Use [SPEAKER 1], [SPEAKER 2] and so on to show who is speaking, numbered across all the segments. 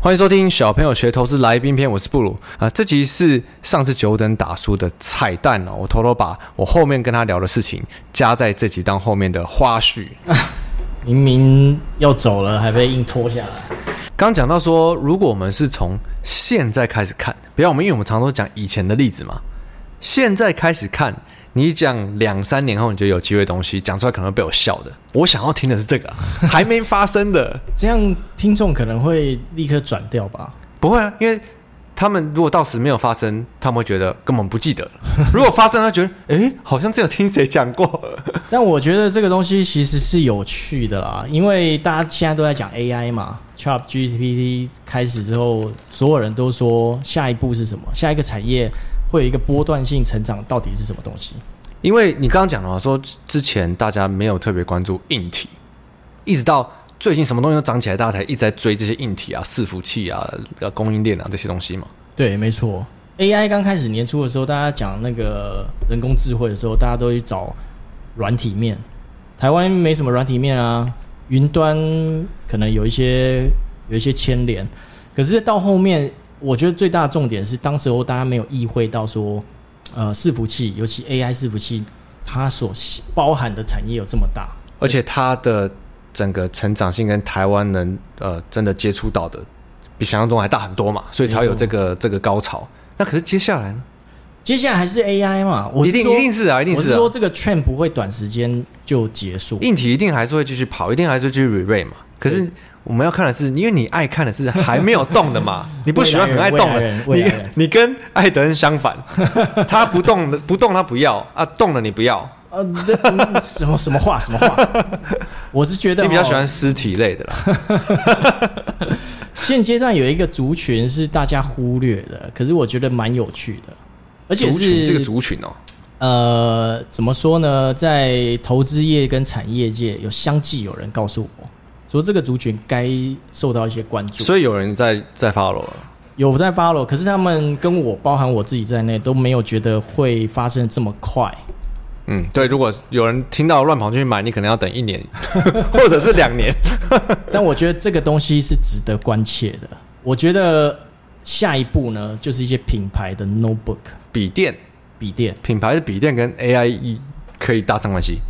[SPEAKER 1] 欢迎收听小朋友学投资来宾篇，我是布鲁这集是上次九等打书的彩蛋哦，我偷偷把我后面跟他聊的事情加在这集当后面的花絮。
[SPEAKER 2] 明明要走了，还被硬拖下来。
[SPEAKER 1] 刚讲到说，如果我们是从现在开始看，不要因为我们常都讲以前的例子嘛，现在开始看，你讲2-3年后你觉得有机会的东西，讲出来可能会被我笑的。我想要听的是这个还没发生的，
[SPEAKER 2] 这样听众可能会立刻转掉吧？
[SPEAKER 1] 不会啊，因为他们如果到时没有发生，他们会觉得根本不记得了。如果发生，他觉得好像真有听谁讲过。
[SPEAKER 2] 但我觉得这个东西其实是有趣的啦，因为大家现在都在讲 AI 嘛 ，ChatGPT 开始之后，所有人都说下一步是什么？下一个产业会有一个波段性成长，到底是什么东西？
[SPEAKER 1] 因为你刚刚讲了嘛，说之前大家没有特别关注硬体，一直到最近什么东西都涨起来，大家才一直在追这些硬体啊、伺服器啊、供应链啊这些东西嘛。
[SPEAKER 2] 对，没错。AI 刚开始年初的时候，大家讲那个人工智慧的时候，大家都去找软体面。台湾没什么软体面啊，云端可能有一些牵连。可是到后面，我觉得最大的重点是，当时候大家没有意会到说，伺服器，尤其 AI 伺服器，它所包含的产业有这么大，
[SPEAKER 1] 而且它的整个成长性跟台湾人真的接触到的比想象中还大很多嘛，所以才会有这个高潮。那可是接下来呢？
[SPEAKER 2] 接下来还是 AI 嘛？
[SPEAKER 1] 一定是啊，一定是啊。
[SPEAKER 2] 我是说这个 trend 不会短时间就结束，
[SPEAKER 1] 硬体一定还是会继续跑，一定还是会继续 re-rate 嘛。可是我们要看的是，因为你爱看的是还没有动的嘛，你不喜欢很爱动的，你跟艾德恩相反，他不动他不要啊，动了你不要。
[SPEAKER 2] 什么话？我是觉得
[SPEAKER 1] 你比较喜欢尸体类的啦。
[SPEAKER 2] 现阶段有一个族群是大家忽略的，可是我觉得蛮有趣的，而且
[SPEAKER 1] 是个族群哦。
[SPEAKER 2] 怎么说呢？在投资业跟产业界有相继有人告诉我，说这个族群该受到一些关注，
[SPEAKER 1] 所以有人在 follow 了，
[SPEAKER 2] 有在 follow， 可是他们跟我，包含我自己在内，都没有觉得会发生这么快。
[SPEAKER 1] 对，如果有人听到乱跑进去买，你可能要等1年或者是2年。
[SPEAKER 2] 但我觉得这个东西是值得关切的。我觉得下一步呢，就是一些品牌的 notebook 笔电
[SPEAKER 1] 品牌的笔电跟 AI 可以搭上关系。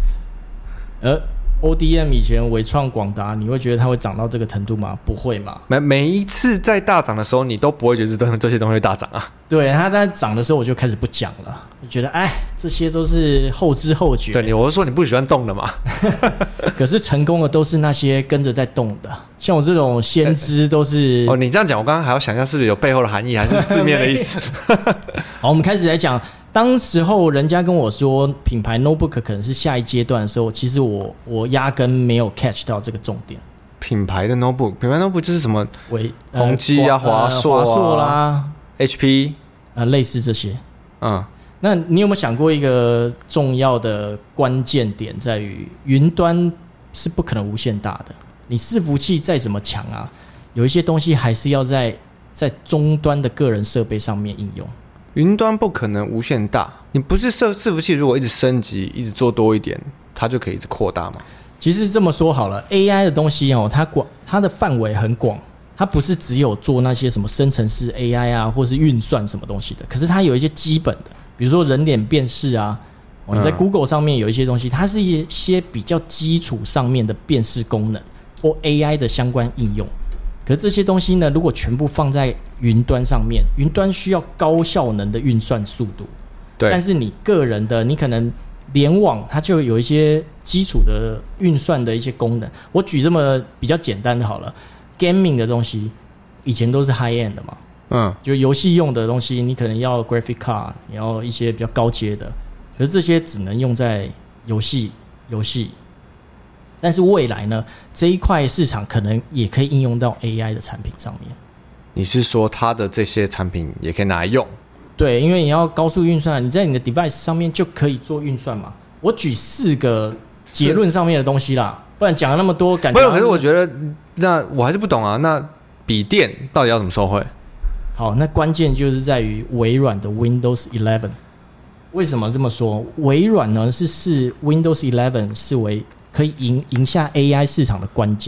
[SPEAKER 2] ODM 以前伟创广达，你会觉得它会涨到这个程度吗？不会嘛。
[SPEAKER 1] 每一次在大涨的时候，你都不会觉得这些东西会大涨啊。
[SPEAKER 2] 对，它在涨的时候我就开始不讲了，我觉得这些都是后知后觉。
[SPEAKER 1] 对，我是说你不喜欢动的嘛。
[SPEAKER 2] 可是成功的都是那些跟着在动的，像我这种先知都是。
[SPEAKER 1] 你这样讲，我刚刚还要想一下是不是有背后的含义，还是字面的意思。
[SPEAKER 2] 好，我们开始来讲。当时候人家跟我说品牌 notebook 可能是下一阶段的时候，其实我压根没有 catch 到这个重点。
[SPEAKER 1] 品牌 notebook 就是什么宏基啊、华硕啦、HP
[SPEAKER 2] 类似这些。那你有没有想过一个重要的关键点，在于云端是不可能无限大的。你伺服器再怎么强啊，有一些东西还是要在终端的个人设备上面应用。
[SPEAKER 1] 云端不可能无限大，你不是伺服器如果一直升级，一直做多一点，它就可以一直扩大吗？
[SPEAKER 2] 其实这么说好了 ，AI 的东西它的范围很广，它不是只有做那些什么生成式 AI 啊，或是运算什么东西的。可是它有一些基本的，比如说人脸辨识啊，你在 Google 上面有一些东西，它是一些比较基础上面的辨识功能或 AI 的相关应用。可是这些东西呢，如果全部放在云端上面，云端需要高效能的运算速度。
[SPEAKER 1] 对。
[SPEAKER 2] 但是你个人的，你可能联网，它就有一些基础的运算的一些功能。我举这么比较简单的好了 ，gaming 的东西以前都是 high end 的嘛，就游戏用的东西，你可能要 graphic card， 你要一些比较高阶的。可是这些只能用在游戏。但是未来呢，这一块市场可能也可以应用到 AI 的产品上面。
[SPEAKER 1] 你是说它的这些产品也可以拿来用？
[SPEAKER 2] 对，因为你要高速运算，你在你的 device 上面就可以做运算嘛。我举4个结论上面的东西啦，不然讲了那么多，感觉
[SPEAKER 1] 没有。可是我觉得，那我还是不懂啊。那笔电到底要怎么收汇？
[SPEAKER 2] 好，那关键就是在于微软的 Windows 11。为什么这么说？微软呢是视 Windows 11视为可以赢下 AI 市场的关键。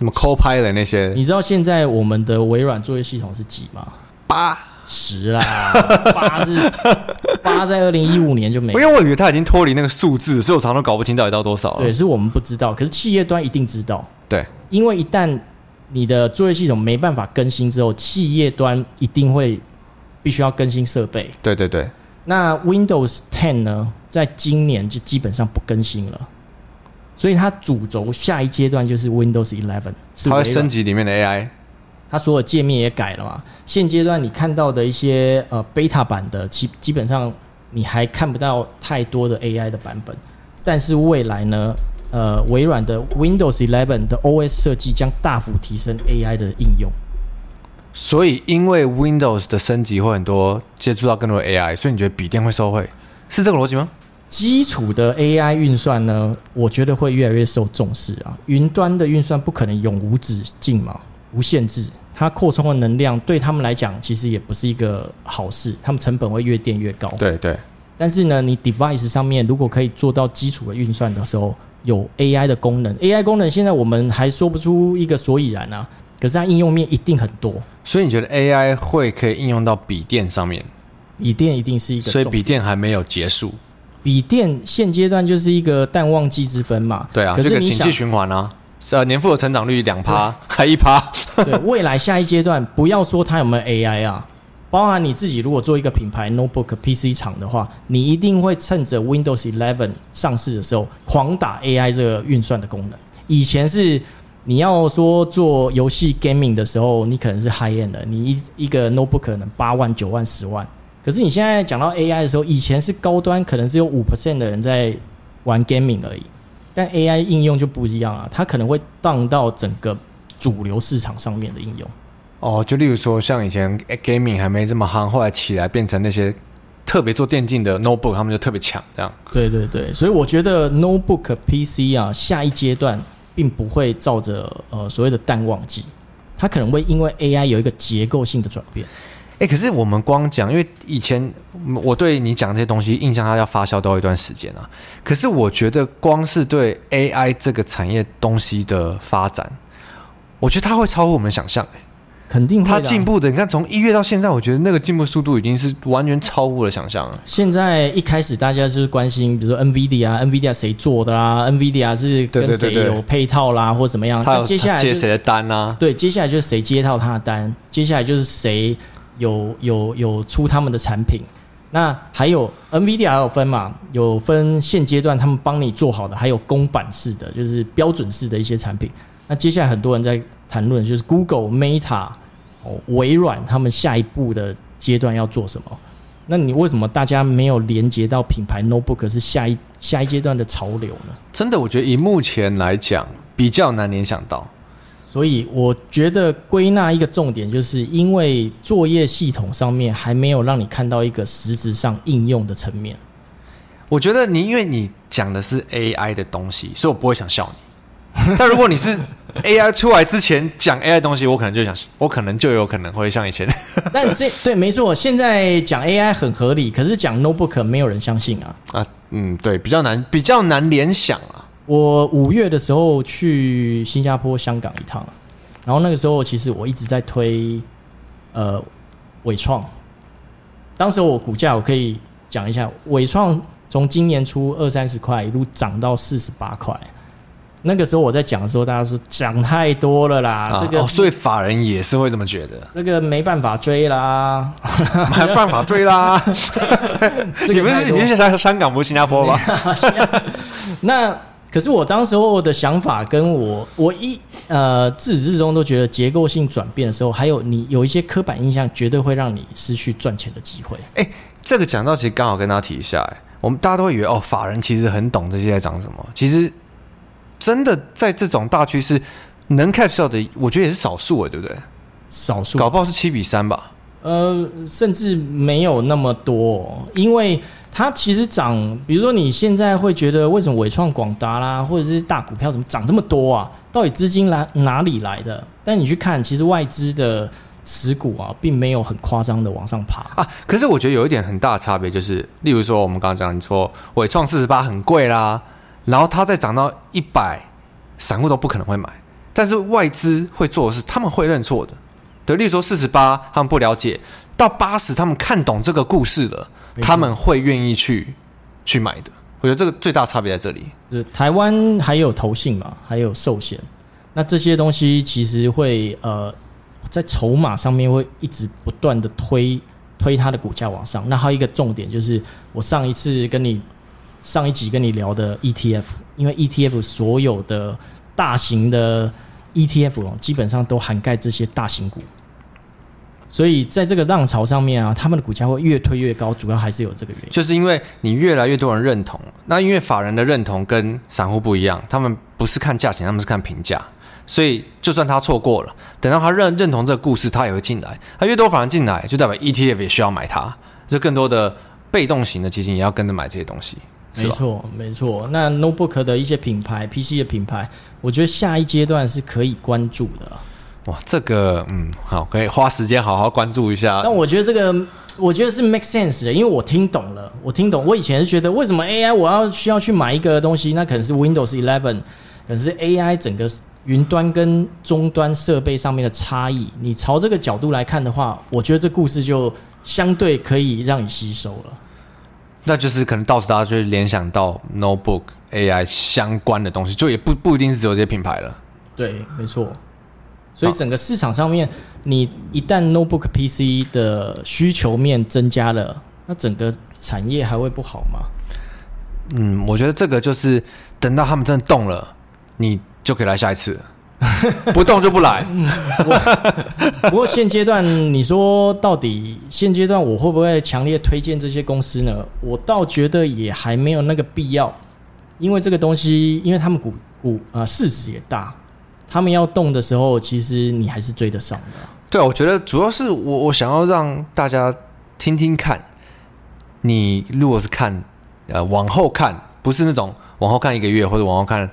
[SPEAKER 1] 什么 Copilot 那些，
[SPEAKER 2] 你知道现在我们的微软作业系统是几吗
[SPEAKER 1] ？8、
[SPEAKER 2] 10啦，8在2015年就没了。
[SPEAKER 1] 因为我以为它已经脱离那个数字，所以我常常都搞不清到底到多少了。
[SPEAKER 2] 对，是我们不知道，可是企业端一定知道。
[SPEAKER 1] 对，
[SPEAKER 2] 因为一旦你的作业系统没办法更新之后，企业端一定会必须要更新设备。
[SPEAKER 1] 对对对。
[SPEAKER 2] 那 Windows 10呢，在今年就基本上不更新了，所以它主轴下一阶段就是 Windows 11，
[SPEAKER 1] 它会升级里面的 AI，
[SPEAKER 2] 它所有界面也改了嘛。现阶段你看到的一些beta 版的，基本上你还看不到太多的 AI 的版本，但是未来呢，微软的 Windows 11的 OS 设计将大幅提升 AI 的应用。
[SPEAKER 1] 所以因为 Windows 的升级会很多接触到更多的 AI， 所以你觉得笔电会受惠，是这个逻辑吗？
[SPEAKER 2] 基础的 AI 运算呢，我觉得会越来越受重视啊。云端的运算不可能永无止境嘛，无限制，它扩充的能量对他们来讲其实也不是一个好事，他们成本会越垫越高。
[SPEAKER 1] 对对。
[SPEAKER 2] 但是呢，你 device 上面如果可以做到基础的运算的时候，有 AI 的功能 ，AI 功能现在我们还说不出一个所以然啊。可是它应用面一定很多，
[SPEAKER 1] 所以你觉得 AI 会可以应用到笔电上面？
[SPEAKER 2] 笔电一定是一个重点，
[SPEAKER 1] 所以笔电还没有结束。
[SPEAKER 2] 笔电现阶段就是一个淡旺季之分嘛。
[SPEAKER 1] 对啊，
[SPEAKER 2] 可是
[SPEAKER 1] 这个景气循环啊，年复合成长率2%，还1%。
[SPEAKER 2] 对，未来下一阶段，不要说它有没有 AI 啊，包含你自己如果做一个品牌 notebook PC 厂的话，你一定会趁着 Windows 11上市的时候，狂打 AI 这个运算的功能。以前是你要说做游戏 gaming 的时候，你可能是 high end 的，你一个 notebook 可能8万、9万、10万。可是你现在讲到 AI 的时候，以前是高端，可能只有5% 的人在玩 gaming 而已，但 AI 应用就不一样了，它可能会荡到整个主流市场上面的应用。
[SPEAKER 1] 哦，就例如说像以前 gaming 还没这么夯，后来起来变成那些特别做电竞的 notebook， 他们就特别强，这样。
[SPEAKER 2] 对对对，所以我觉得 notebook PC 啊，下一阶段并不会照着所谓的淡旺季，它可能会因为 AI 有一个结构性的转变。
[SPEAKER 1] 可是我们光讲，因为以前我对你讲这些东西印象，它要发酵都要一段时间啊。可是我觉得光是对 AI 这个产业东西的发展，我觉得它会超乎我们想象。
[SPEAKER 2] 肯定会的啊，
[SPEAKER 1] 它进步的，你看从1月到现在，我觉得那个进步速度已经是完全超乎了想象了。
[SPEAKER 2] 现在一开始大家就是关心，比如说 NVIDIA 谁做的啦，NVIDIA 是跟谁有配套啦，或怎么样。
[SPEAKER 1] 他
[SPEAKER 2] 接下来
[SPEAKER 1] 接谁的单啊？
[SPEAKER 2] 对，接下来就是谁接到他的单，接下来就是谁有出他们的产品。那还有 NVIDIA 还有分嘛，有分现阶段他们帮你做好的，还有公版式的，就是标准式的一些产品。那接下来很多人在谈论，就是 Google、Meta、微软他们下一步的阶段要做什么？那你为什么大家没有连接到品牌 notebook 是下一阶段的潮流呢？
[SPEAKER 1] 真的，我觉得以目前来讲比较难联想到。
[SPEAKER 2] 所以我觉得归纳一个重点，就是因为作业系统上面还没有让你看到一个实质上应用的层面。
[SPEAKER 1] 我觉得因为你讲的是 AI 的东西，所以我不会想笑你。但如果你是 AI 出来之前讲 AI 的东西，我可能就有可能会像以前。
[SPEAKER 2] 但对，没错，现在讲 AI 很合理，可是讲 notebook 没有人相信啊。
[SPEAKER 1] 对，比较难联想啊。
[SPEAKER 2] 我5月的时候去新加坡、香港一趟，然后那个时候其实我一直在推伟创。当时我股价我可以讲一下，伟创从今年初20-30块一路涨到48块。那个时候我在讲的时候，大家说讲太多了啦，这个
[SPEAKER 1] 所以法人也是会这么觉得，
[SPEAKER 2] 这个没办法追啦，
[SPEAKER 1] 没办法追啦。你是香港不是新加坡吗？
[SPEAKER 2] 那可是我当时候的想法跟我自始至终都觉得结构性转变的时候，还有你有一些刻板印象，绝对会让你失去赚钱的机会。
[SPEAKER 1] 这个讲到其实刚好跟大家提一下，我们大家都会以为法人其实很懂这些在讲什么，其实真的在这种大趋势能 catch 到的，我觉得也是少数对不对？
[SPEAKER 2] 少数，
[SPEAKER 1] 搞不好是7:3吧。
[SPEAKER 2] 甚至没有那么多，因为它其实涨，比如说你现在会觉得为什么伟创、广达啦，或者是大股票怎么涨这么多啊？到底资金哪里来的？但你去看，其实外资的持股并没有很夸张的往上爬
[SPEAKER 1] 啊。可是我觉得有一点很大的差别，就是例如说我们刚刚讲，你说伟创48很贵啦，然后它再涨到100，散户都不可能会买。 但是外资会做的是，他们会认错的。对，例如说48，他们不了解，到80，他们看懂这个故事了，他们会愿意去买的。我觉得这个最大差别在这里。
[SPEAKER 2] 台湾还有投信嘛，还有寿险，那这些东西其实会在筹码上面会一直不断的推它的股价往上。那还有一个重点就是我上一集跟你聊的 ETF， 因为 ETF 所有的大型的 ETF 基本上都涵盖这些大型股，所以在这个浪潮上面啊，他们的股价会越推越高，主要还是有这个原因，
[SPEAKER 1] 就是因为你越来越多人认同。那因为法人的认同跟散户不一样，他们不是看价钱，他们是看评价，所以就算他错过了，等到他认同这个故事，他也会进来。他越多法人进来，就代表 ETF 也需要买它，就更多的被动型的基金也要跟着买这些东西。
[SPEAKER 2] 没错，没错。那 notebook 的一些品牌 ，PC 的品牌，我觉得下一阶段是可以关注的。
[SPEAKER 1] 哇，这个好，可以花时间好好关注一下。
[SPEAKER 2] 但我觉得我觉得是 make sense 的，因为我听懂了。我以前是觉得为什么 AI 我需要去买一个东西，那可能是 Windows 11，可能是 AI 整个云端跟终端设备上面的差异。你朝这个角度来看的话，我觉得这故事就相对可以让你吸收了。
[SPEAKER 1] 那就是可能到时大家就会联想到 notebook AI 相关的东西，就也不一定是只有这些品牌了。
[SPEAKER 2] 对，没错。所以整个市场上面，你一旦 notebook PC 的需求面增加了，那整个产业还会不好吗？
[SPEAKER 1] 我觉得这个就是等到他们真的动了，你就可以来下一次了。不动就不来。
[SPEAKER 2] 不过现阶段你说到底现阶段我会不会强烈推荐这些公司呢？我倒觉得也还没有那个必要，因为这个东西，因为他们市值也大，他们要动的时候，其实你还是追得上的。
[SPEAKER 1] 对，我觉得主要是我想要让大家听听看，你如果是看往后看，不是那种往后看1个月或者往后看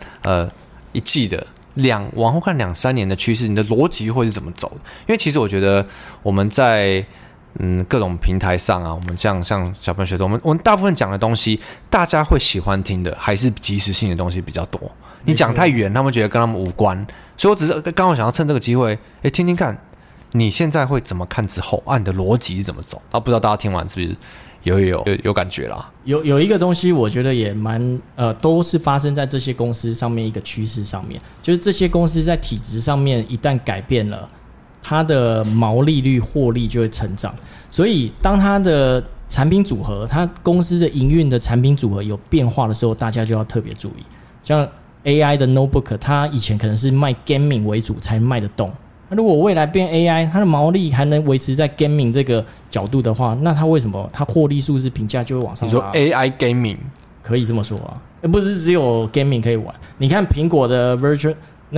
[SPEAKER 1] 1季的。往后看2-3年的趋势，你的逻辑会是怎么走的？因为其实我觉得我们在各种平台上啊，我们像小朋友学的，我们大部分讲的东西，大家会喜欢听的还是即时性的东西比较多。你讲太远，他们觉得跟他们无关，所以我只是刚好想要趁这个机会，听听看你现在会怎么看之后你的逻辑是怎么走？不知道大家听完是不是有感觉啦？
[SPEAKER 2] 有一个东西，我觉得也蛮都是发生在这些公司上面一个趋势上面，就是这些公司在体质上面一旦改变了，它的毛利率、获利就会成长。所以当它的产品组合，它公司的营运的产品组合有变化的时候，大家就要特别注意。像 AI 的 notebook， 它以前可能是卖 gaming 为主才卖得动。那如果未来变 AI， 它的毛利还能维持在 gaming 这个角度的话，那它为什么它获利数字评价就会往上拉？
[SPEAKER 1] 你说 AI gaming
[SPEAKER 2] 可以这么说啊，不是只有 gaming 可以玩。你看苹果的 version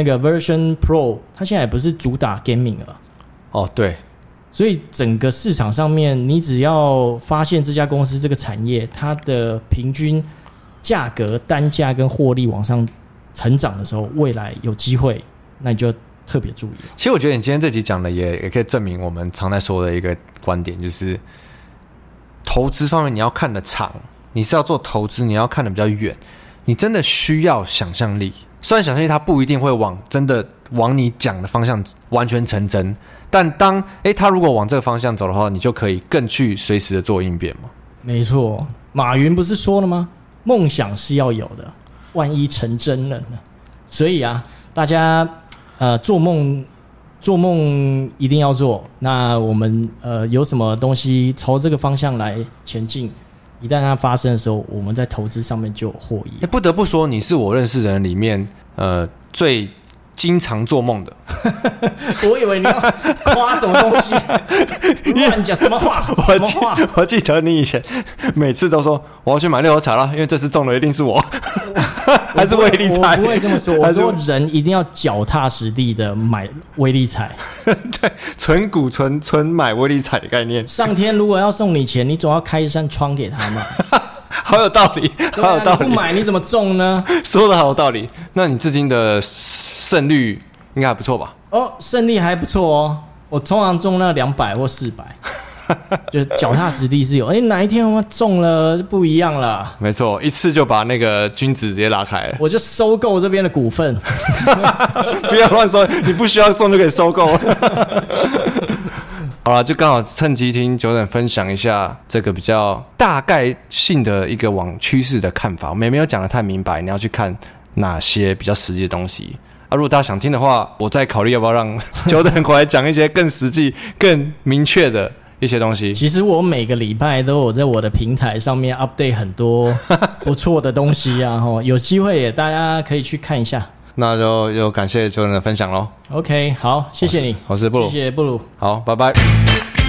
[SPEAKER 2] Pro， 它现在也不是主打 gaming 了。
[SPEAKER 1] 哦，对。
[SPEAKER 2] 所以整个市场上面，你只要发现这家公司这个产业，它的平均价格、单价跟获利往上成长的时候，未来有机会，那你就特别注意。
[SPEAKER 1] 其实我觉得你今天这集讲的也可以证明我们常在说的一个观点，就是投资方面你要看的长，你是要做投资，你要看的比较远，你真的需要想象力。虽然想象力它不一定会真的往你讲的方向完全成真，但当他如果往这个方向走的话，你就可以更去随时的做应变嘛。没
[SPEAKER 2] 错，马云不是说了吗？梦想是要有的，万一成真了呢？所以啊，大家做梦一定要做。那我们有什么东西朝这个方向来前进，一旦它发生的时候，我们在投资上面就有获益。
[SPEAKER 1] 不得不说，你是我认识的人里面最经常做梦的。
[SPEAKER 2] 我以为你要夸什么东西，乱讲什么话？
[SPEAKER 1] 我记得你以前每次都说我要去买6合彩了，因为这次中的一定是我。还是威力彩？
[SPEAKER 2] 我不会这么说。我说人一定要脚踏实地的买威力彩。
[SPEAKER 1] 对，纯股纯买威力彩的概念。
[SPEAKER 2] 上天如果要送你钱，你总要开一扇窗给他嘛。
[SPEAKER 1] 好有道理，好有道理。
[SPEAKER 2] 你不买你怎么中呢？
[SPEAKER 1] 说的好有道理。那你至今的胜率应该还不错吧？
[SPEAKER 2] 胜率还不错哦。我通常中那200或400。 就是脚踏实地是有，哪一天我中了就不一样了。
[SPEAKER 1] 没错，一次就把那个均值直接拉开了。
[SPEAKER 2] 我就收购这边的股份，
[SPEAKER 1] 不要乱说，你不需要中就可以收购。好了，就刚好趁机听Jordan分享一下这个比较大概性的一个往趋势的看法。我们也没有讲得太明白，你要去看哪些比较实际的东西。如果大家想听的话，我再考虑要不要让Jordan回来讲一些更实际、更明确的一些东西。
[SPEAKER 2] 其实我每个礼拜都有在我的平台上面 update 很多不错的东西啊，有机会也大家可以去看一下。
[SPEAKER 1] 那就感谢Jordan的分享咯。
[SPEAKER 2] OK， 好，谢谢你，
[SPEAKER 1] 我是布鲁，
[SPEAKER 2] 谢谢布鲁，
[SPEAKER 1] 好，拜拜。